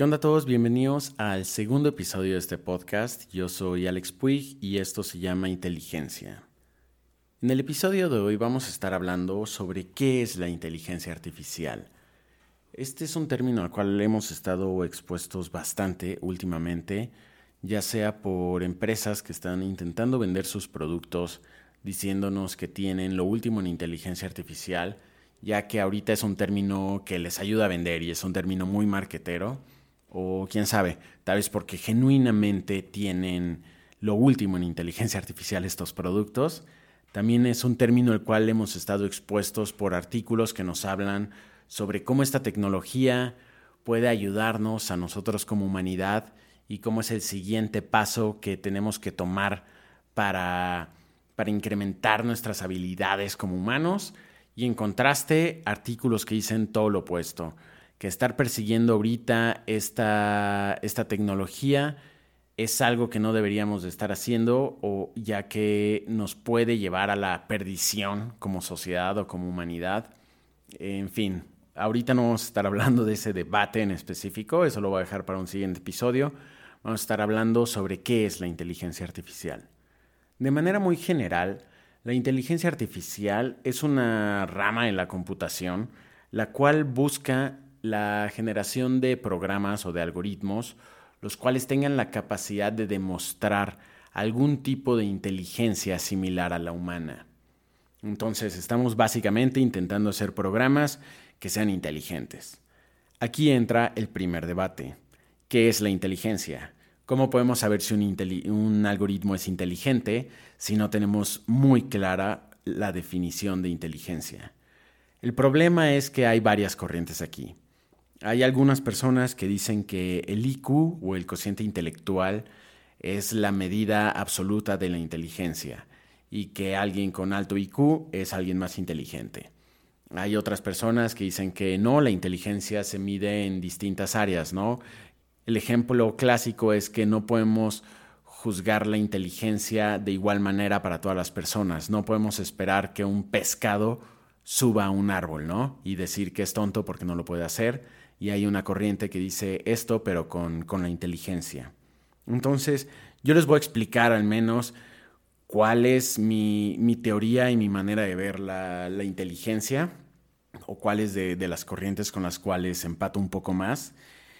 ¿Qué onda a todos? Bienvenidos al segundo episodio de este podcast. Yo soy Alex Puig y esto se llama Inteligencia. En el episodio de hoy vamos a estar hablando sobre qué es la inteligencia artificial. Este es un término al cual hemos estado expuestos bastante últimamente, ya sea por empresas que están intentando vender sus productos diciéndonos que tienen lo último en inteligencia artificial, ya que ahorita es un término que les ayuda a vender y es un término muy marketero. O quién sabe, tal vez porque genuinamente tienen lo último en inteligencia artificial estos productos. También es un término al cual hemos estado expuestos por artículos que nos hablan sobre cómo esta tecnología puede ayudarnos a nosotros como humanidad y cómo es el siguiente paso que tenemos que tomar para incrementar nuestras habilidades como humanos. Y en contraste, artículos que dicen todo lo opuesto, que estar persiguiendo ahorita esta tecnología es algo que no deberíamos de estar haciendo, ya que nos puede llevar a la perdición como sociedad o como humanidad. En fin, ahorita no vamos a estar hablando de ese debate en específico, eso lo voy a dejar para un siguiente episodio. Vamos a estar hablando sobre qué es la inteligencia artificial. De manera muy general, la inteligencia artificial es una rama en la computación, la cual busca la generación de programas o de algoritmos, los cuales tengan la capacidad de demostrar algún tipo de inteligencia similar a la humana. Entonces, estamos básicamente intentando hacer programas que sean inteligentes. Aquí entra el primer debate. ¿Qué es la inteligencia? ¿Cómo podemos saber si un algoritmo es inteligente si no tenemos muy clara la definición de inteligencia? El problema es que hay varias corrientes aquí. Hay algunas personas que dicen que el IQ o el cociente intelectual es la medida absoluta de la inteligencia y que alguien con alto IQ es alguien más inteligente. Hay otras personas que dicen que no, la inteligencia se mide en distintas áreas, ¿no? El ejemplo clásico es que no podemos juzgar la inteligencia de igual manera para todas las personas. No podemos esperar que un pescado suba a un árbol, ¿no? Y decir que es tonto porque no lo puede hacer. Y hay una corriente que dice esto, pero con la inteligencia. Entonces, yo les voy a explicar al menos cuál es mi teoría y mi manera de ver la inteligencia, o cuáles de las corrientes con las cuales empato un poco más.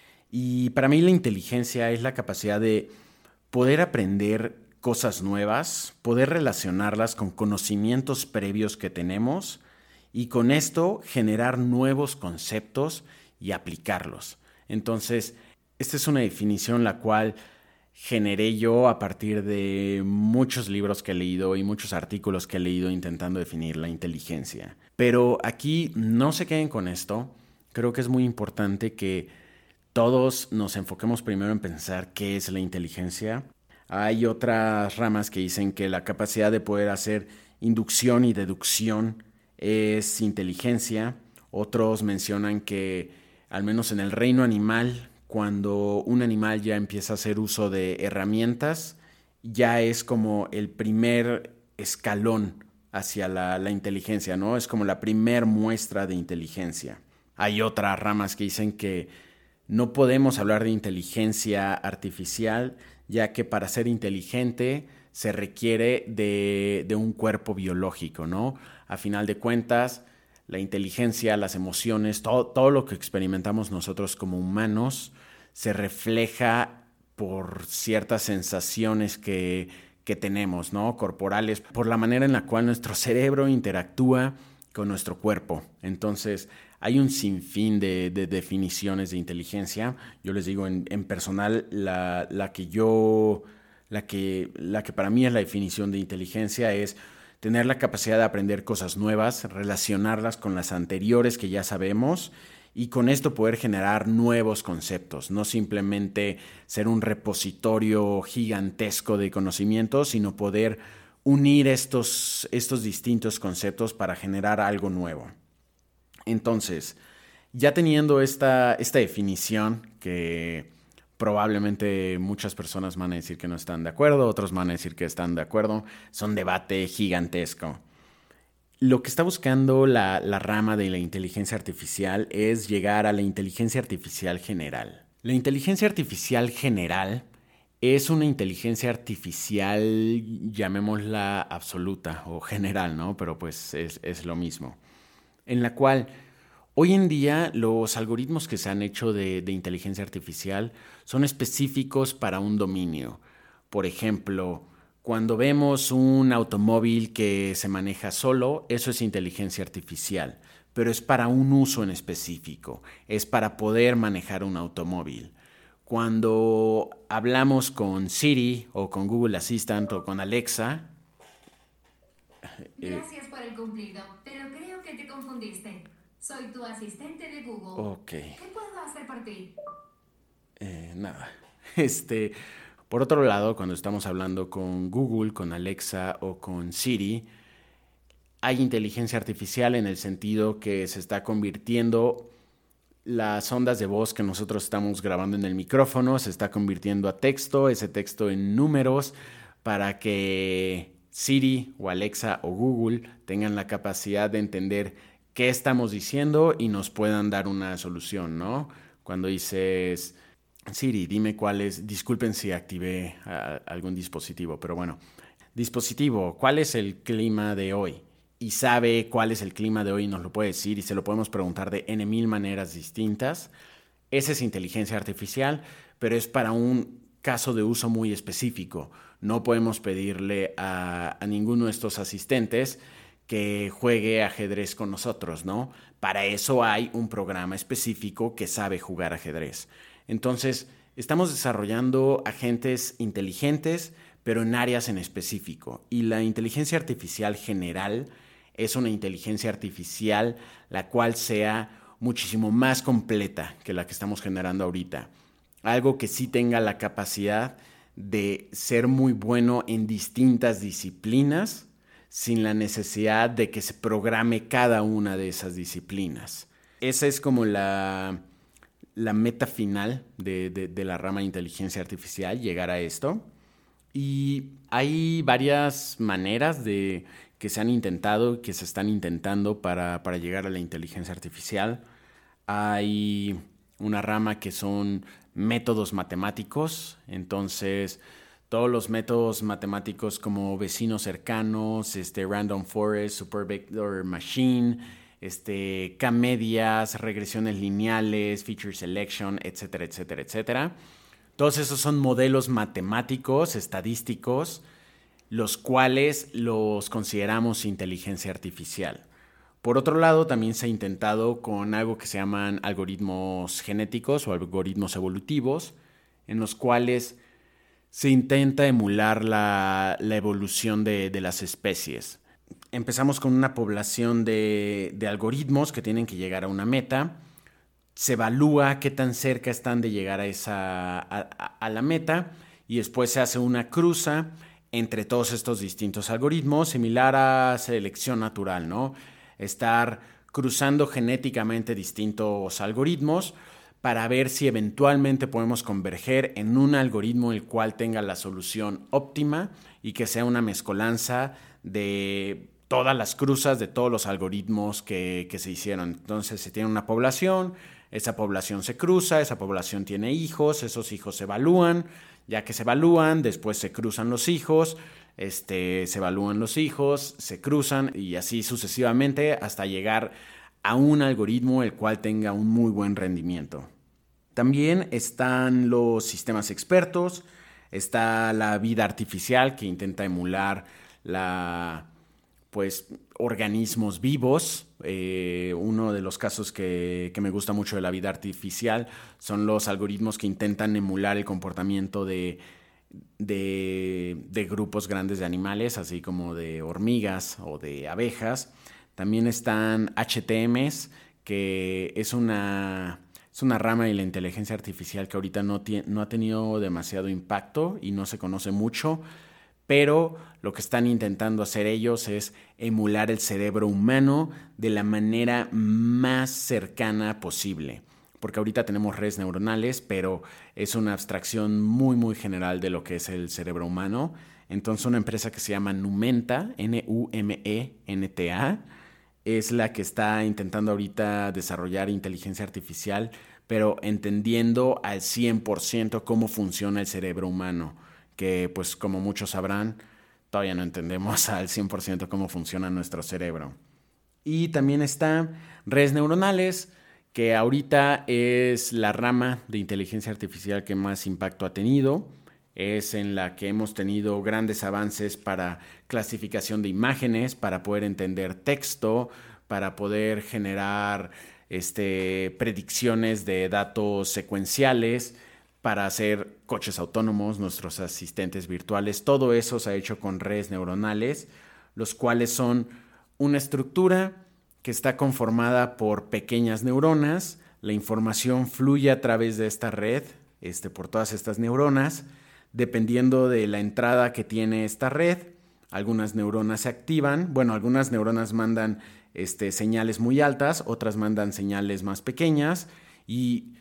Y para mí la inteligencia es la capacidad de poder aprender cosas nuevas, poder relacionarlas con conocimientos previos que tenemos y con esto generar nuevos conceptos y aplicarlos. Entonces, esta es una definición la cual generé yo a partir de muchos libros que he leído y muchos artículos que he leído intentando definir la inteligencia. Pero aquí no se queden con esto. Creo que es muy importante que todos nos enfoquemos primero en pensar qué es la inteligencia. Hay otras ramas que dicen que la capacidad de poder hacer inducción y deducción es inteligencia. Otros mencionan que al menos en el reino animal, cuando un animal ya empieza a hacer uso de herramientas, ya es como el primer escalón hacia la inteligencia, ¿no? Es como la primer muestra de inteligencia. Hay otras ramas que dicen que no podemos hablar de inteligencia artificial, ya que para ser inteligente se requiere de un cuerpo biológico, ¿no? A final de cuentas, la inteligencia, las emociones, todo lo que experimentamos nosotros como humanos se refleja por ciertas sensaciones que tenemos, ¿no? Corporales, por la manera en la cual nuestro cerebro interactúa con nuestro cuerpo. Entonces, hay un sinfín de definiciones de inteligencia. Yo les digo en personal, la que para mí es la definición de inteligencia es tener la capacidad de aprender cosas nuevas, relacionarlas con las anteriores que ya sabemos y con esto poder generar nuevos conceptos, no simplemente ser un repositorio gigantesco de conocimientos, sino poder unir estos distintos conceptos para generar algo nuevo. Entonces, ya teniendo esta definición que probablemente muchas personas van a decir que no están de acuerdo, otros van a decir que están de acuerdo. Es un debate gigantesco. Lo que está buscando la rama de la inteligencia artificial es llegar a la inteligencia artificial general. La inteligencia artificial general es una inteligencia artificial, llamémosla absoluta o general, ¿no? Pero pues es lo mismo. En la cual hoy en día los algoritmos que se han hecho de inteligencia artificial son específicos para un dominio. Por ejemplo, cuando vemos un automóvil que se maneja solo, eso es inteligencia artificial, pero es para un uso en específico, es para poder manejar un automóvil. Cuando hablamos con Siri o con Google Assistant o con Alexa, Gracias por el cumplido, pero creo que te confundiste. Soy tu asistente de Google. ok, ¿Qué puedo hacer por ti? nada. Este, por otro lado, cuando estamos hablando con Google, con Alexa o con Siri, hay inteligencia artificial en el sentido que se está convirtiendo las ondas de voz que nosotros estamos grabando en el micrófono, se está convirtiendo a texto, ese texto en números, para que Siri o Alexa o Google tengan la capacidad de entender qué estamos diciendo y nos puedan dar una solución, ¿no? Cuando dices, Siri, dime cuál es, disculpen si activé algún dispositivo, pero bueno, dispositivo, ¿cuál es el clima de hoy? Y sabe cuál es el clima de hoy y nos lo puede decir y se lo podemos preguntar de N mil maneras distintas. Esa es inteligencia artificial, pero es para un caso de uso muy específico. No podemos pedirle a ninguno de estos asistentes que juegue ajedrez con nosotros, ¿no? Para eso hay un programa específico que sabe jugar ajedrez. Entonces, estamos desarrollando agentes inteligentes, pero en áreas en específico. Y la inteligencia artificial general es una inteligencia artificial la cual sea muchísimo más completa que la que estamos generando ahorita. Algo que sí tenga la capacidad de ser muy bueno en distintas disciplinas sin la necesidad de que se programe cada una de esas disciplinas. Esa es como la meta final de la rama de inteligencia artificial, llegar a esto. Y hay varias maneras que se han intentado, que se están intentando para llegar a la inteligencia artificial. Hay una rama que son métodos matemáticos, entonces todos los métodos matemáticos como vecinos cercanos, random forest, super vector machine, K-medias, regresiones lineales, feature selection, etcétera, etcétera, etcétera. Todos esos son modelos matemáticos, estadísticos, los cuales los consideramos inteligencia artificial. Por otro lado, también se ha intentado con algo que se llaman algoritmos genéticos o algoritmos evolutivos, en los cuales se intenta emular la evolución de las especies. Empezamos con una población de algoritmos que tienen que llegar a una meta. Se evalúa qué tan cerca están de llegar a la meta y después se hace una cruza entre todos estos distintos algoritmos, similar a selección natural, ¿no? Estar cruzando genéticamente distintos algoritmos para ver si eventualmente podemos converger en un algoritmo el cual tenga la solución óptima y que sea una mezcolanza de todas las cruzas de todos los algoritmos que se hicieron. Entonces se tiene una población, esa población se cruza, esa población tiene hijos, esos hijos se evalúan, ya que se evalúan, después se cruzan los hijos, se evalúan los hijos, se cruzan y así sucesivamente hasta llegar a un algoritmo el cual tenga un muy buen rendimiento. También están los sistemas expertos, está la vida artificial que intenta emular organismos vivos. Uno de los casos que me gusta mucho de la vida artificial son los algoritmos que intentan emular el comportamiento de grupos grandes de animales, así como de hormigas o de abejas. También están HTMs, que es una rama de la inteligencia artificial que ahorita no ha tenido demasiado impacto y no se conoce mucho, pero lo que están intentando hacer ellos es emular el cerebro humano de la manera más cercana posible. Porque ahorita tenemos redes neuronales, pero es una abstracción muy, muy general de lo que es el cerebro humano. Entonces una empresa que se llama Numenta, Numenta, es la que está intentando ahorita desarrollar inteligencia artificial pero entendiendo al 100% cómo funciona el cerebro humano, que pues como muchos sabrán, todavía no entendemos al 100% cómo funciona nuestro cerebro. Y también está redes neuronales, que ahorita es la rama de inteligencia artificial que más impacto ha tenido. Es en la que hemos tenido grandes avances para clasificación de imágenes, para poder entender texto, para poder generar predicciones de datos secuenciales, para hacer coches autónomos, nuestros asistentes virtuales. Todo eso se ha hecho con redes neuronales, los cuales son una estructura que está conformada por pequeñas neuronas. La información fluye a través de esta red, por todas estas neuronas. Dependiendo de la entrada que tiene esta red, algunas neuronas se activan. Bueno, algunas neuronas mandan señales muy altas, otras mandan señales más pequeñas. Y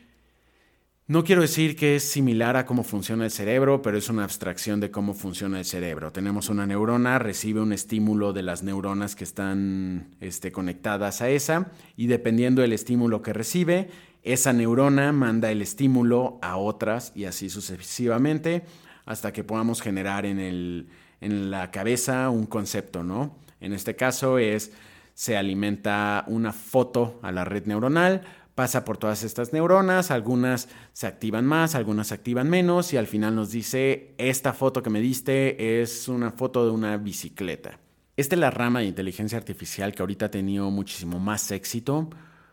no quiero decir que es similar a cómo funciona el cerebro, pero es una abstracción de cómo funciona el cerebro. Tenemos una neurona, recibe un estímulo de las neuronas que están conectadas a esa, y dependiendo del estímulo que recibe, esa neurona manda el estímulo a otras y así sucesivamente hasta que podamos generar en la cabeza un concepto, ¿no? En este caso se alimenta una foto a la red neuronal, pasa por todas estas neuronas, algunas se activan más, algunas se activan menos y al final nos dice, esta foto que me diste es una foto de una bicicleta. Esta es la rama de inteligencia artificial que ahorita ha tenido muchísimo más éxito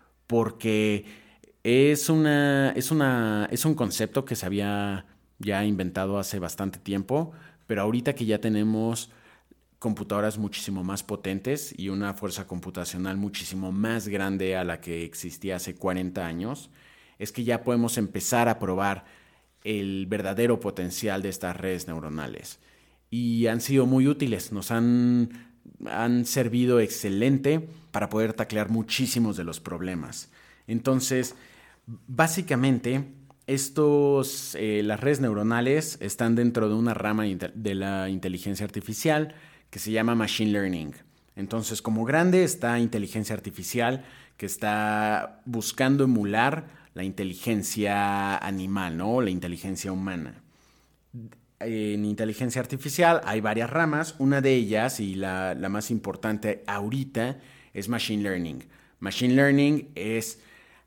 porque es un concepto que se había ya inventado hace bastante tiempo, pero ahorita que ya tenemos computadoras muchísimo más potentes y una fuerza computacional muchísimo más grande a la que existía hace 40 años, es que ya podemos empezar a probar el verdadero potencial de estas redes neuronales. Y han sido muy útiles, nos han servido excelente para poder taclear muchísimos de los problemas. Entonces, básicamente, las redes neuronales están dentro de una rama de la inteligencia artificial que se llama Machine Learning. Entonces, como grande está inteligencia artificial, que está buscando emular la inteligencia animal, ¿no? La inteligencia humana. En inteligencia artificial hay varias ramas. Una de ellas, y la más importante ahorita, es Machine Learning. Machine Learning es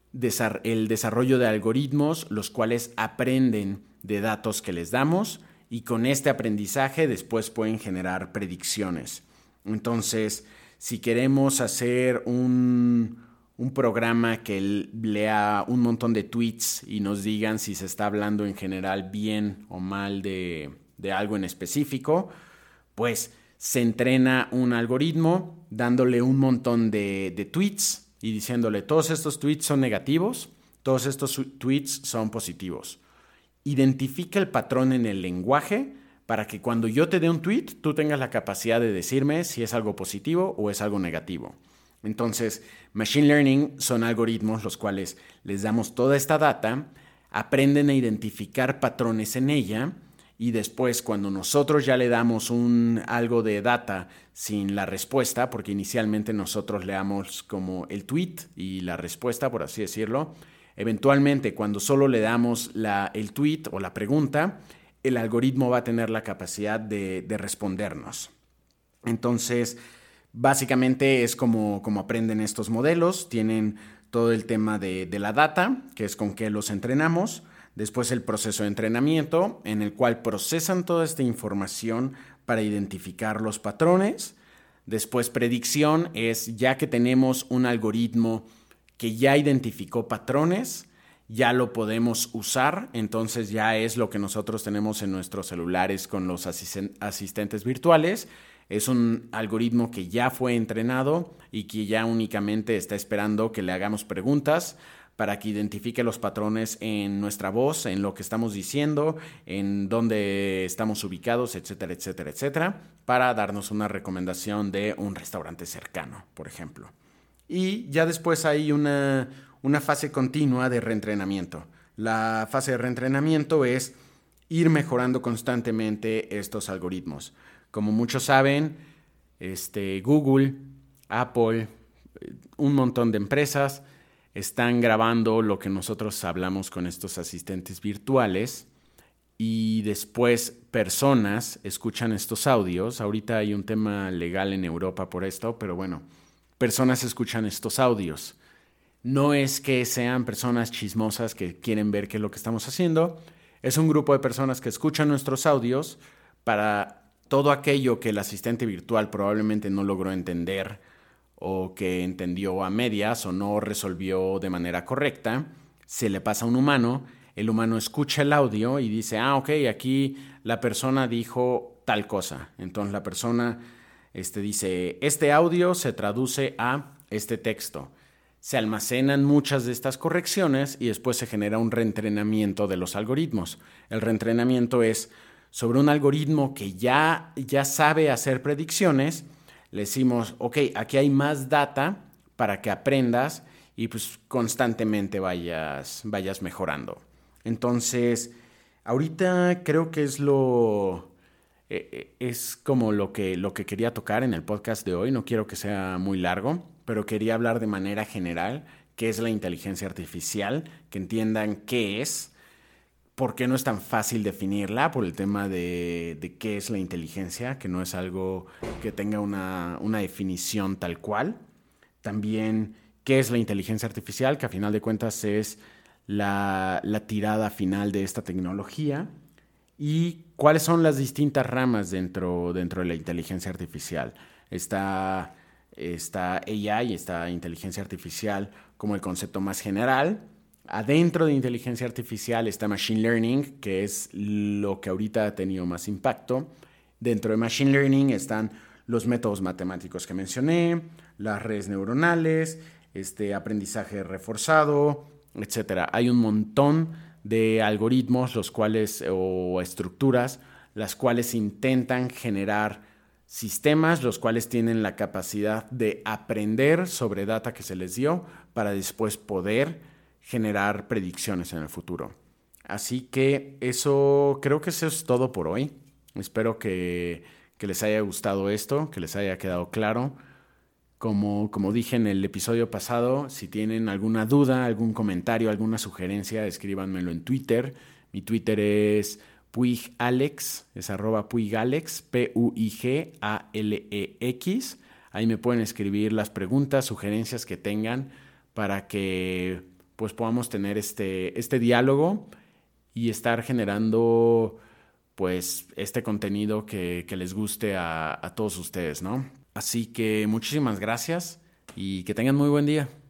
el desarrollo de algoritmos, los cuales aprenden de datos que les damos, y con este aprendizaje después pueden generar predicciones. Entonces, si queremos hacer un programa que lea un montón de tweets y nos digan si se está hablando en general bien o mal de algo en específico, pues se entrena un algoritmo dándole un montón de tweets y diciéndole, todos estos tweets son negativos, todos estos tweets son positivos. Identifica el patrón en el lenguaje para que cuando yo te dé un tweet, tú tengas la capacidad de decirme si es algo positivo o es algo negativo. Entonces, Machine Learning son algoritmos los cuales les damos toda esta data, aprenden a identificar patrones en ella y después cuando nosotros ya le damos algo de data sin la respuesta, porque inicialmente nosotros le damos como el tweet y la respuesta, por así decirlo, eventualmente cuando solo le damos el tweet o la pregunta, el algoritmo va a tener la capacidad de respondernos. Entonces, básicamente es como aprenden estos modelos, tienen todo el tema de la data, que es con qué los entrenamos, después el proceso de entrenamiento, en el cual procesan toda esta información para identificar los patrones, después predicción es ya que tenemos un algoritmo que ya identificó patrones, ya lo podemos usar, entonces ya es lo que nosotros tenemos en nuestros celulares con los asistentes virtuales. Es un algoritmo que ya fue entrenado y que ya únicamente está esperando que le hagamos preguntas para que identifique los patrones en nuestra voz, en lo que estamos diciendo, en dónde estamos ubicados, etcétera, etcétera, etcétera, para darnos una recomendación de un restaurante cercano, por ejemplo. Y ya después hay una fase continua de reentrenamiento. La fase de reentrenamiento es ir mejorando constantemente estos algoritmos. Como muchos saben, Google, Apple, un montón de empresas están grabando lo que nosotros hablamos con estos asistentes virtuales y después personas escuchan estos audios. Ahorita hay un tema legal en Europa por esto, pero bueno, personas escuchan estos audios. No es que sean personas chismosas que quieren ver qué es lo que estamos haciendo. Es un grupo de personas que escuchan nuestros audios para todo aquello que el asistente virtual probablemente no logró entender o que entendió a medias o no resolvió de manera correcta. Se le pasa a un humano. El humano escucha el audio y dice, ok, aquí la persona dijo tal cosa. Entonces la persona dice, este audio se traduce a este texto. Se almacenan muchas de estas correcciones y después se genera un reentrenamiento de los algoritmos. El reentrenamiento es sobre un algoritmo que ya sabe hacer predicciones. Le decimos, ok, aquí hay más data para que aprendas y pues constantemente vayas mejorando. Entonces, ahorita creo que es como lo que quería tocar en el podcast de hoy. No quiero que sea muy largo, pero quería hablar de manera general qué es la inteligencia artificial, que entiendan qué es, por qué no es tan fácil definirla, por el tema de qué es la inteligencia, que no es algo que tenga una definición tal cual. También qué es la inteligencia artificial, que a final de cuentas es la tirada final de esta tecnología, y cuáles son las distintas ramas dentro de la inteligencia artificial. Está AI, está inteligencia artificial como el concepto más general. Adentro de inteligencia artificial está Machine Learning, que es lo que ahorita ha tenido más impacto. Dentro de Machine Learning están los métodos matemáticos que mencioné, las redes neuronales, aprendizaje reforzado, etcétera. Hay un montón de algoritmos o estructuras las cuales intentan generar sistemas los cuales tienen la capacidad de aprender sobre data que se les dio para después poder generar predicciones en el futuro. Así que creo que eso es todo por hoy. Espero que les haya gustado esto, que les haya quedado claro. Como dije en el episodio pasado, si tienen alguna duda, algún comentario, alguna sugerencia, escríbanmelo en Twitter. Mi Twitter es PuigAlex, es @PuigAlex, PuigAlex. Ahí me pueden escribir las preguntas, sugerencias que tengan para que pues podamos tener este diálogo y estar generando pues este contenido que les guste a todos ustedes, ¿no? Así que muchísimas gracias y que tengan muy buen día.